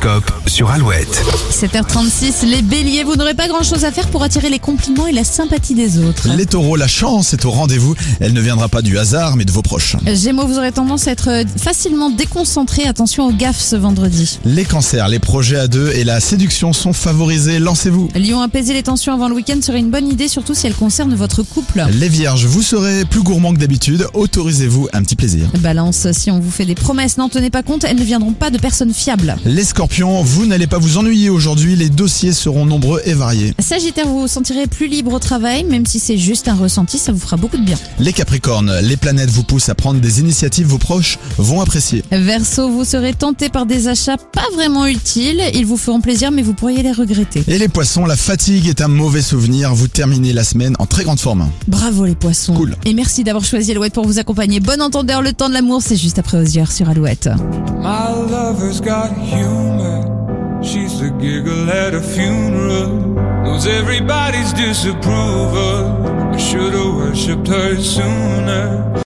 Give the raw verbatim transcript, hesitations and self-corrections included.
L'horoscope sur Alouette. sept heures trente-six, les béliers, vous n'aurez pas grand chose à faire pour attirer les compliments et la sympathie des autres. Les taureaux, la chance est au rendez-vous. Elle ne viendra pas du hasard, mais de vos proches. Gémeaux, vous aurez tendance à être facilement déconcentré. Attention aux gaffes ce vendredi. Les cancers, les projets à deux et la séduction sont favorisés. Lancez-vous. Lion, apaiser les tensions avant le week-end serait une bonne idée, surtout si elle concerne votre couple. Les vierges, vous serez plus gourmand que d'habitude. Autorisez-vous un petit plaisir. Balance, si on vous fait des promesses, n'en tenez pas compte, elles ne viendront pas de personnes fiables. Les scorpions, vous n'allez pas vous ennuyer aujourd'hui. Les dossiers seront nombreux et variés. Sagittaire, vous vous sentirez plus libre au travail, même si c'est juste un ressenti, ça vous fera beaucoup de bien. Les capricornes, les planètes vous poussent à prendre des initiatives. Vos proches vont apprécier. Verseau, vous serez tenté par des achats pas vraiment utiles. Ils vous feront plaisir, mais vous pourriez les regretter. Et les poissons, la fatigue est un mauvais souvenir. Vous terminez la semaine en très grande forme. Bravo les poissons. Cool. Et merci d'avoir choisi Alouette pour vous accompagner. Bon entendeur, le temps de l'amour, c'est juste après Osier sur Alouette. My lover's got humor. She's the giggle at a funeral. Knows everybody's disapproval. I should've worshipped her sooner.